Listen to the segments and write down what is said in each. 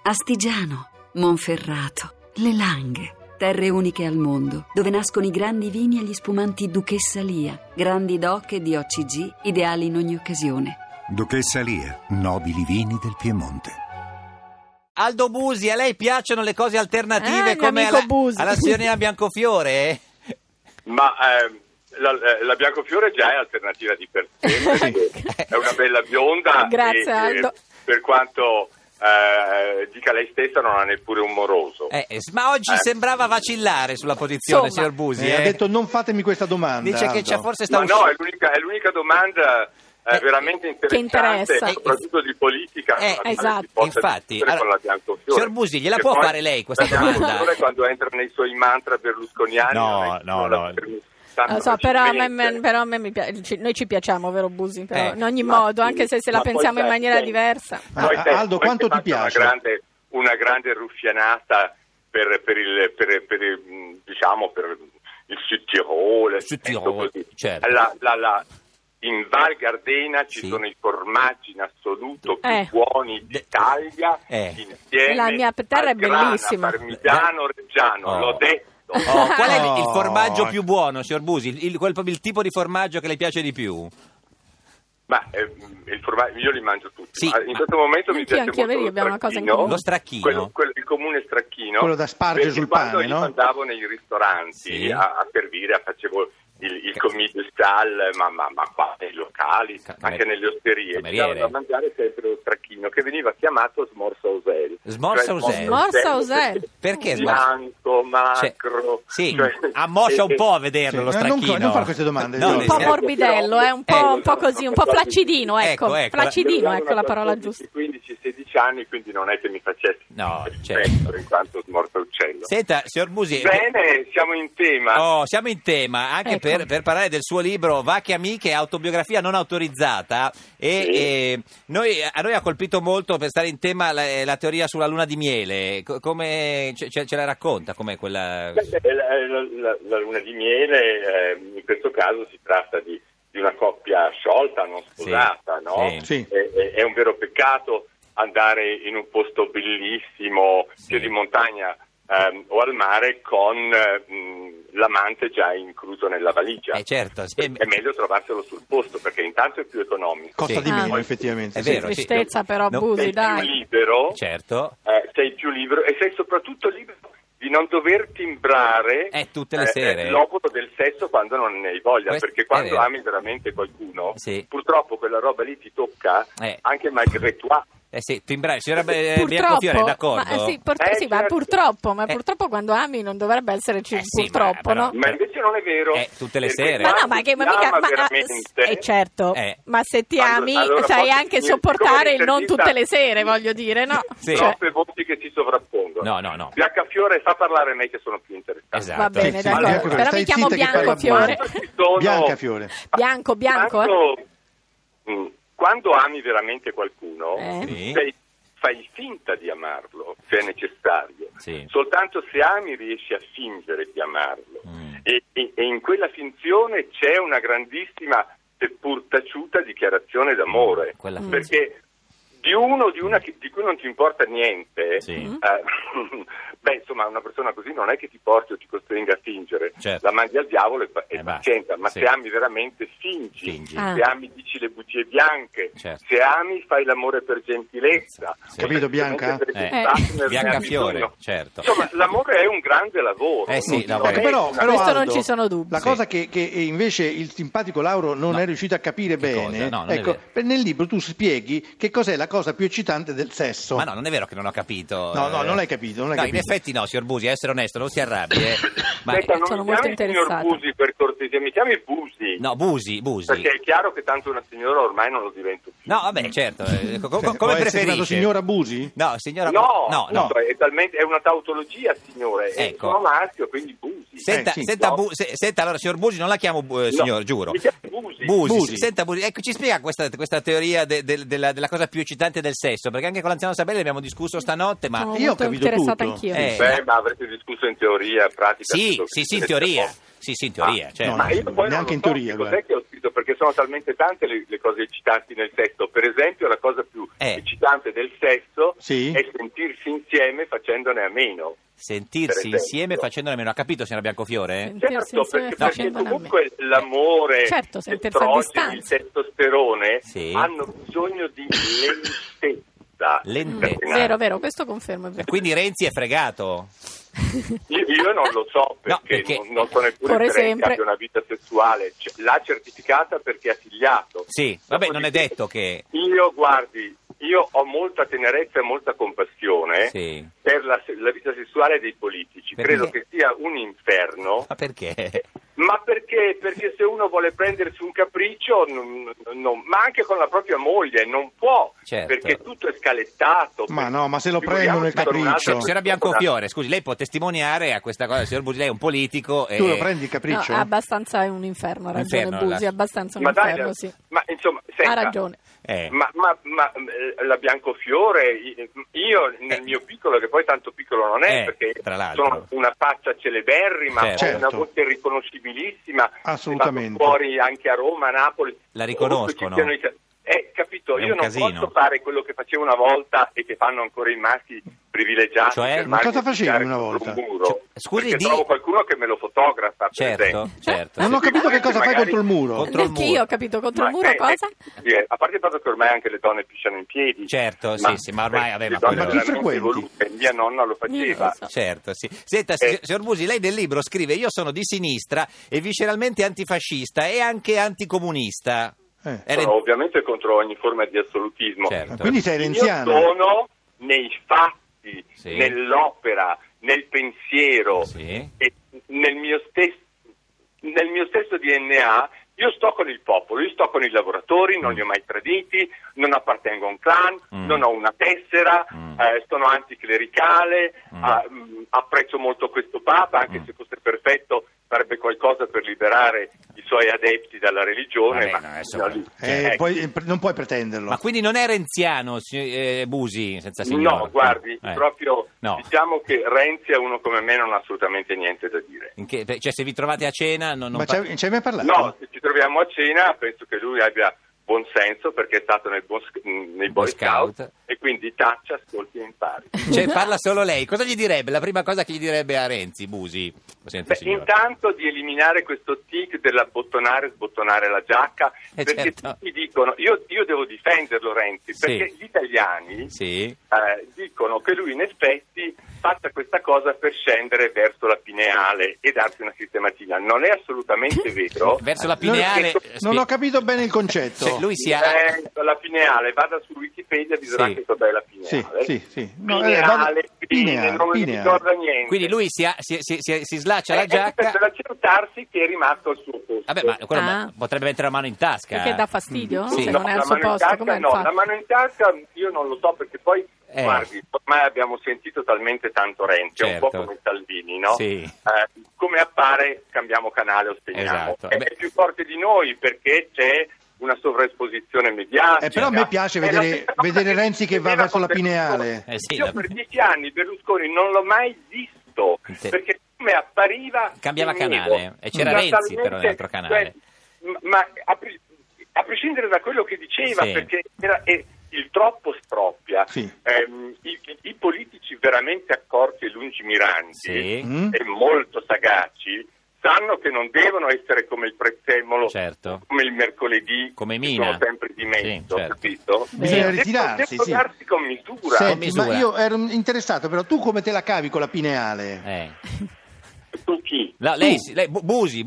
Astigiano, Monferrato, Le Langhe. Terre uniche al mondo, dove nascono i grandi vini e gli spumanti Duchessa Lia, grandi DOC e di OCG, ideali in ogni occasione. Duchessa Lia, nobili vini del Piemonte. Aldo Busi, a lei piacciono le cose alternative come alla signorina Biancofiore? Ma la Biancofiore già è alternativa di per sé, è una bella bionda. Grazie, Aldo. Per quanto dica lei stessa, non ha neppure un moroso. Ma oggi sembrava vacillare sulla posizione, signor Busi. Ha detto non fatemi questa domanda. Dice Aldo. che c'è forse sta no, è l'unica domanda veramente interessante, soprattutto di politica. Esatto. Infatti, con la Biancofiore. Signor Busi, gliela può fare lei questa domanda? Quando entra nei suoi mantra berlusconiani. No. Lo so, però a me mi piace, noi ci piacciamo, vero Busi? Però in ogni modo, anche se la pensiamo in maniera diversa. Aldo, quanto ti piace? Una grande ruffianata per il Südtirol. Certo. In Val Gardena ci sono i formaggi in assoluto più buoni d'Italia, insieme la mia terra è bellissima. Parmigiano Reggiano, l'ho detto. Qual è il formaggio più buono, signor Busi? Il tipo di formaggio che le piace di più? Il formaggio, io li mangio tutti. Sì, in questo momento mi piace molto lo stracchino. Il comune stracchino. Quello da spargere sul pane, no? Quando andavo nei ristoranti a servire, facevo il commis de salle, ma qua nei locali, anche nelle osterie, ci davano da mangiare sempre lo stracchino, che veniva chiamato smorsausel. Smorsausel? Perché bianco, magro. Ammoscia un po' a vederlo lo stracchino. Non fare queste domande. Un po' morbidello, un po' così, un po' flaccidino, ecco. Flaccidino, ecco la parola giusta. 15-16 anni, quindi non è che mi facessi in quanto smorsauscello. Senta, signor Busi. Bene, siamo in tema. Siamo in tema, anche per parlare del suo libro Vacche Amiche, autobiografia non autorizzata. A noi ha colpito molto, per stare in tema, la teoria sulla luna di miele. Come ce la racconta? Com'è quella? La luna di miele, in questo caso si tratta di una coppia sciolta, non sposata, no? Sì. È un vero peccato andare in un posto bellissimo, sia di montagna o al mare, con l'amante già incluso nella valigia. Certo, è meglio trovarselo sul posto, perché intanto è più economico. Costa di meno, effettivamente. È vero. Tristezza però, Busi, dai. Sei più libero. Certo. Sei più libero e sei soprattutto libero di non dover timbrare tutte le sere l'obolo del sesso quando non ne hai voglia, perché quando ami veramente qualcuno, purtroppo quella roba lì ti tocca anche malgré toi. Timbrare, signora Biancofiore, è d'accordo? Ma purtroppo, purtroppo quando ami non dovrebbe esserci purtroppo, no? Ma invece non è vero. Tutte le sere. Certo, ma se ti ami sai anche sopportare il non tutte le sere, voglio dire, no? Troppe voci che si sovrappongono. No. Biancafiore, fa parlare me che sono più interessante. Esatto. Va bene, d'accordo. Però mi chiamo Biancofiore. Biancafiore. Bianco, Quando ami veramente qualcuno, fai finta di amarlo, se è necessario. Soltanto se ami riesci a fingere di amarlo. E in quella finzione c'è una grandissima, seppur taciuta, dichiarazione d'amore. Perché di una di cui non ti importa niente, insomma, una persona così non è che ti porti o ti costringa a fingere, la mandi al diavolo e pazienza, ma se ami veramente fingi. Se ami dici le bugie bianche, se ami fai l'amore per gentilezza. Capito, Bianca? Biancafiore, certo. Insomma, l'amore è un grande lavoro. Però questo Aldo, non ci sono dubbi. La cosa che invece il simpatico Lauro non è riuscito a capire bene, nel libro tu spieghi che cos'è la cosa più eccitante del sesso. Ma no, non è vero che non ho capito. No, non l'hai capito. In effetti no, signor Busi, essere onesto, non si arrabbi. Ma sono molto interessata. Signor Busi, per cortesia, mi chiami Busi? No, Busi. Perché è chiaro che tanto una signora ormai non lo divento più. No, vabbè, certo. Come preferisce? Signora Busi? No, signora. No. È una tautologia, signore. Ecco. Sono maschio, quindi Busi. Senta, allora, signor Busi, non la chiamo signor, giuro. Mi chiamo Busi. Senta, Busi, ecco, ci spiega questa teoria della cosa più eccitante del sesso, perché anche con l'anziano Sabelli abbiamo discusso stanotte, ma sono io ho molto capito interessata tutto. anch'io. Ma avrete discusso in teoria, pratica? Sì, in teoria. Sì, in teoria. Certo. Ma io poi neanche in teoria. Cos'è che ho scritto? perché sono talmente tante le cose eccitanti nel sesso. Per esempio, la cosa più eccitante del sesso è sentirsi insieme facendone a meno. Sentirsi insieme facendone a meno. Ha capito, signora Biancofiore? Certo, perché comunque l'amore, l'estrogeno, il testosterone hanno bisogno di lentezza. Vero, questo confermo. Quindi Renzi è fregato? Io non lo so perché non so neppure se Renzi abbia una vita sessuale. L'ha certificata perché è figliato. Sì, vabbè, non è detto che... Io ho molta tenerezza e molta compassione per la vita sessuale dei politici. Perché? Credo che sia un inferno. Ma perché? Ma perché se uno vuole prendersi un capriccio, ma anche con la propria moglie, non può, perché tutto è scalettato. Ma se lo prendono il capriccio. Signora Biancofiore, scusi, lei può testimoniare a questa cosa, signor Busi, lei è un politico. Tu lo prendi il capriccio? No, abbastanza è un inferno, ha ragione Busi, abbastanza un inferno, sì. Ma insomma, senta, ha ragione. Ma la Biancofiore, io nel mio piccolo, che poi tanto piccolo non è, perché sono una faccia celeberrima, ho una voce riconoscibilissima, assolutamente, fuori anche a Roma, a Napoli. La riconoscono. Capito, io non posso fare quello che facevo una volta e che fanno ancora i maschi privilegiati. Ma cosa facevi una volta? Scusi, trovo qualcuno che me lo fotografa. Certo. Non ho capito che cosa fai contro il muro. Perché io ho capito contro il muro cosa? A parte il fatto che ormai anche le donne pisciano in piedi. Certo, ma ormai aveva... Ma chi frequenti? Mia nonna lo faceva. Certo, sì. Senta, signor Busi, lei nel libro scrive: io sono di sinistra e visceralmente antifascista e anche anticomunista. Sono ovviamente contro ogni forma di assolutismo. Certo. Quindi sei renziano. Io sono nei fatti, nell'opera, nel pensiero e nel mio stesso DNA. Io sto con il popolo, io sto con i lavoratori, non li ho mai traditi, non appartengo a un clan, non ho una tessera, sono anticlericale, apprezzo molto questo Papa, anche se fosse perfetto farebbe qualcosa per liberare i suoi adepti dalla religione. Poi non puoi pretenderlo. Ma quindi non è renziano, Busi, senza signora? No, guardi, proprio diciamo che Renzi è uno come me, non ha assolutamente niente da dire. Cioè, se vi trovate a cena... Ma ci hai mai parlato? No, se ci troviamo a cena penso che lui abbia buon senso, perché è stato nei Boy Scout e quindi taccia, ascolti e impari. Cioè, parla solo lei. Cosa gli direbbe? La prima cosa che gli direbbe a Renzi, Busi? Intanto di eliminare questo tic della sbottonare la giacca, perché tutti dicono, io devo difenderlo Renzi, perché gli italiani dicono che lui in effetti faccia questa cosa per scendere verso la pineale e darsi una sistematina. Non è assolutamente vero. Verso la pineale... Non ho capito bene il concetto. Cioè, lui la pineale, vada su Wikipedia, vedrà che cos'è la pineale. Pineale, non mi ricorda niente. Quindi lui si slaccia la giacca per accertarsi che è rimasto al suo posto. Vabbè, ma quello potrebbe mettere la mano in tasca. Perché dà fastidio? Sì. Se non è al suo posto, la mano in tasca io non lo so, perché poi guardi, ormai abbiamo sentito talmente tanto Renzi, è un po' come Salvini, no? Come appare cambiamo canale o spegniamo. È più forte di noi perché c'è una sovraesposizione mediatica. Però a me piace vedere Renzi che va verso la pineale. Io per 10 anni Berlusconi non l'ho mai visto, perché come appariva cambiava canale e c'era Renzi però nell'altro canale. Ma a prescindere da quello che diceva, perché il troppo stroppia, i politici veramente accorti e lungimiranti e molto sagaci sanno che non devono essere come il prezzemolo, come il mercoledì, come Mina, sono sempre di mezzo, capito? Bisogna ritirarsi, devono darsi con misura. Senti, ma io ero interessato, però tu come te la cavi con la pineale? Tu chi? No, lei, Busi.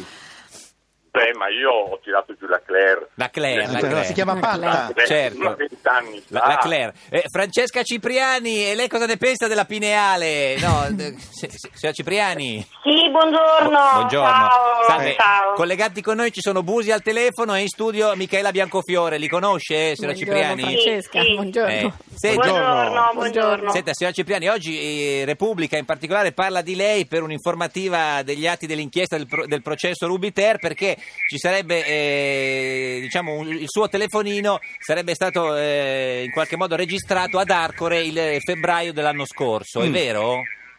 Ma io ho tirato giù la Claire. La Claire. Si chiama Patta. Certo. 20 anni fa. La Claire. Francesca Cipriani, e lei cosa ne pensa della pineale? No, signora Cipriani. Sì, buongiorno. Buongiorno. Ciao. Collegati con noi ci sono Busi al telefono e in studio Michela Biancofiore. Li conosce, signora Cipriani? Francesca, buongiorno. Buongiorno. Senta, signora Cipriani, oggi Repubblica in particolare parla di lei per un'informativa degli atti dell'inchiesta del processo Rubiter, perché ci sarebbe, il suo telefonino sarebbe stato in qualche modo registrato ad Arcore il febbraio dell'anno scorso, è vero?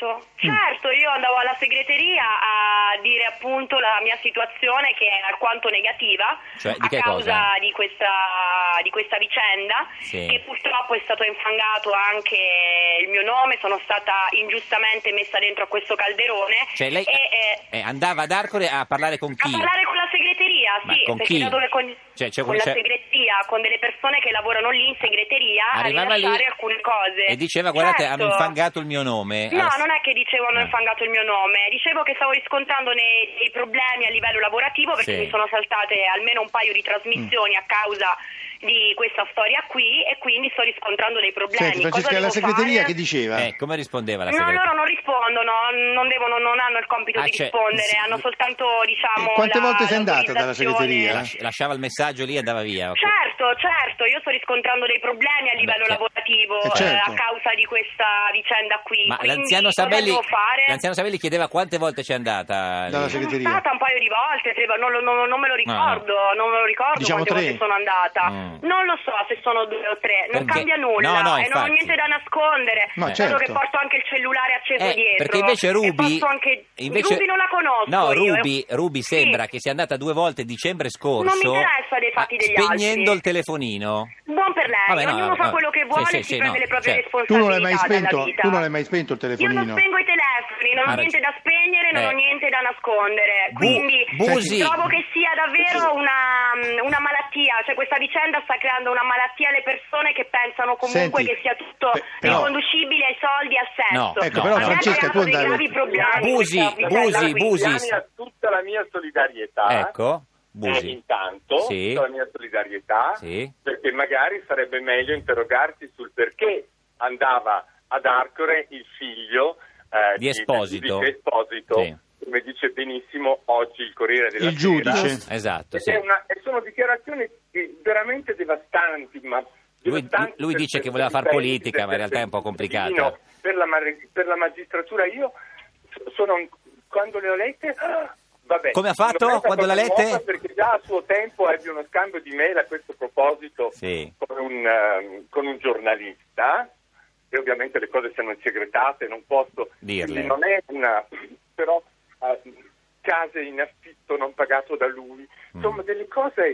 Certo, io andavo alla segreteria a dire appunto la mia situazione, che è alquanto negativa, cioè, a causa di questa vicenda, che purtroppo è stato infangato anche il mio nome, sono stata ingiustamente messa dentro a questo calderone. Cioè lei andava ad Arcore a parlare con chi? A parlare con la segreteria, sì, con perché chi? da dove con la segreteria, con delle persone che lavorano lì in segreteria, arrivava a rilasciare lì alcune cose. E diceva, guardate, certo, hanno infangato il mio nome. No, non è che dicevo hanno infangato il mio nome, dicevo che stavo riscontrando dei problemi a livello lavorativo, perché mi sono saltate almeno un paio di trasmissioni a causa di questa storia qui, e quindi sto riscontrando dei problemi. Senti, Francesca, la segreteria che diceva? Come rispondeva la segreteria? No, loro non rispondono, non hanno il compito di rispondere, hanno soltanto, diciamo, quante volte sei andata dalla segreteria? Lasciava il messaggio lì e andava via. Certo, io sto riscontrando dei problemi a livello lavorativo a causa di questa vicenda qui. Ma quindi, l'anziano Sabelli chiedeva quante volte c'è andata dalla segreteria? Sono stata un paio di volte, non me lo ricordo, non me lo ricordo, diciamo quante volte sono andata. Non lo so se sono 2 o 3, non cambia nulla, no, e non ho niente da nascondere, dato che porto anche il cellulare acceso dietro. Perché invece Ruby non la conosco. No, Ruby sembra che sia andata 2 volte dicembre scorso. Non mi interessa dei fatti degli altri. Spegnendo il telefonino. Buon per lei, ognuno fa quello che vuole e si prende le proprie responsabilità. Tu non l'hai mai spento il telefonino? Io non spengo i telefoni, non ho niente da spegnere, non ho niente da nascondere. Quindi trovo che sia davvero una malattia, cioè questa vicenda sta creando una malattia alle persone che pensano comunque che sia tutto riconducibile ai soldi e al sesso. Ecco, però Francesca, tu andavi... Busi. Ha tutta la mia solidarietà. Ecco. Intanto tutta la mia solidarietà, perché magari sarebbe meglio interrogarsi sul perché andava ad Arcore il figlio di Esposito. Come dice benissimo oggi il Corriere della Sera. Il giudice. Esatto. E sono dichiarazioni veramente devastanti, ma lui dice che voleva fare politica, ma in realtà è un po' complicata. Per la magistratura io quando le ho lette... Vabbè, come ha fatto quando l'ha lette? Perché già a suo tempo ebbi uno scambio di mail a questo proposito con un giornalista, e ovviamente le cose sono segretate, non posso dirle. Non è però case in affitto non pagato da lui, insomma delle cose,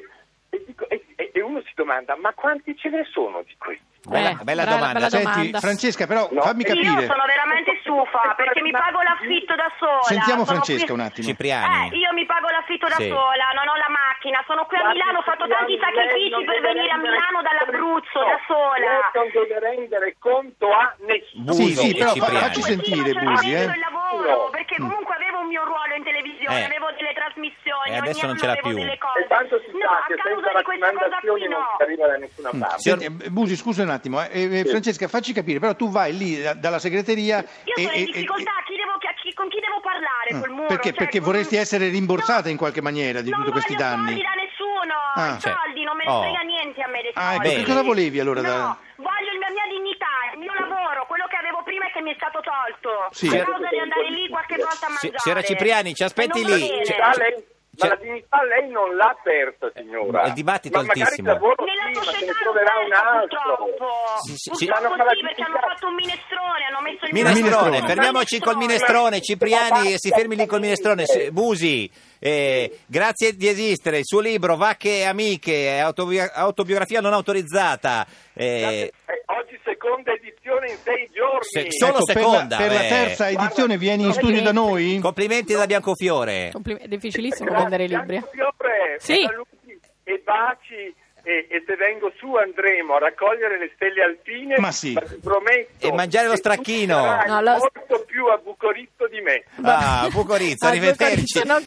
e uno si domanda, ma quanti ce ne sono di questi? Bella domanda. Senti, Francesca, però fammi capire. Io sono veramente stufa perché mi pago l'affitto da sola. Sentiamo Francesca un attimo. Cipriani. Io mi pago l'affitto da sola, non ho la macchina, sono qui a Milano, ho fatto tanti sacrifici per venire a Milano dall'Abruzzo da sola. Non deve rendere conto a nessuno. Sì, però facci sentire, Busi. Il lavoro, perché comunque avevo un mio ruolo in televisione, avevo delle trasmissioni, e adesso non ce l'ha più. delle cose. E tanto si sa che senza raccomandazioni non si arriva da nessuna parte. Senti, Busi, scusa un attimo, Francesca, facci capire, però tu vai lì dalla segreteria io sono in difficoltà, con chi devo parlare col muro? Perché vorresti essere rimborsata in qualche maniera di tutti questi danni? Non voglio soldi da nessuno, i soldi non me ne frega niente a me dei soldi. Ecco, che cosa volevi allora? Voglio la mia dignità, il mio lavoro, quello che avevo prima e che mi è stato tolto. A causa di andare lì qualche volta a mangiare. Signora Cipriani, ci aspetti lì. Ma la dignità lei non l'ha persa, signora. Il dibattito è altissimo. Nella società troverà un altro. Purtroppo sì, perché hanno fatto un minestrone, hanno messo il minestrone. Fermiamoci col minestrone. Cipriani, si fermi lì col minestrone. Busi, grazie di esistere. Il suo libro Vacche e amiche, autobiografia non autorizzata. Oggi seconda edizione in 6 giorni. Solo seconda. Per la terza edizione vieni in studio da noi? Complimenti da Biancofiore. È difficilissimo prendere libri. Sì. E baci. E se vengo su andremo a raccogliere le stelle alpine, ma sì, ti prometto, e mangiare lo stracchino. Molto più a Bucorizzo di me. Bucorizzo, arrivederci.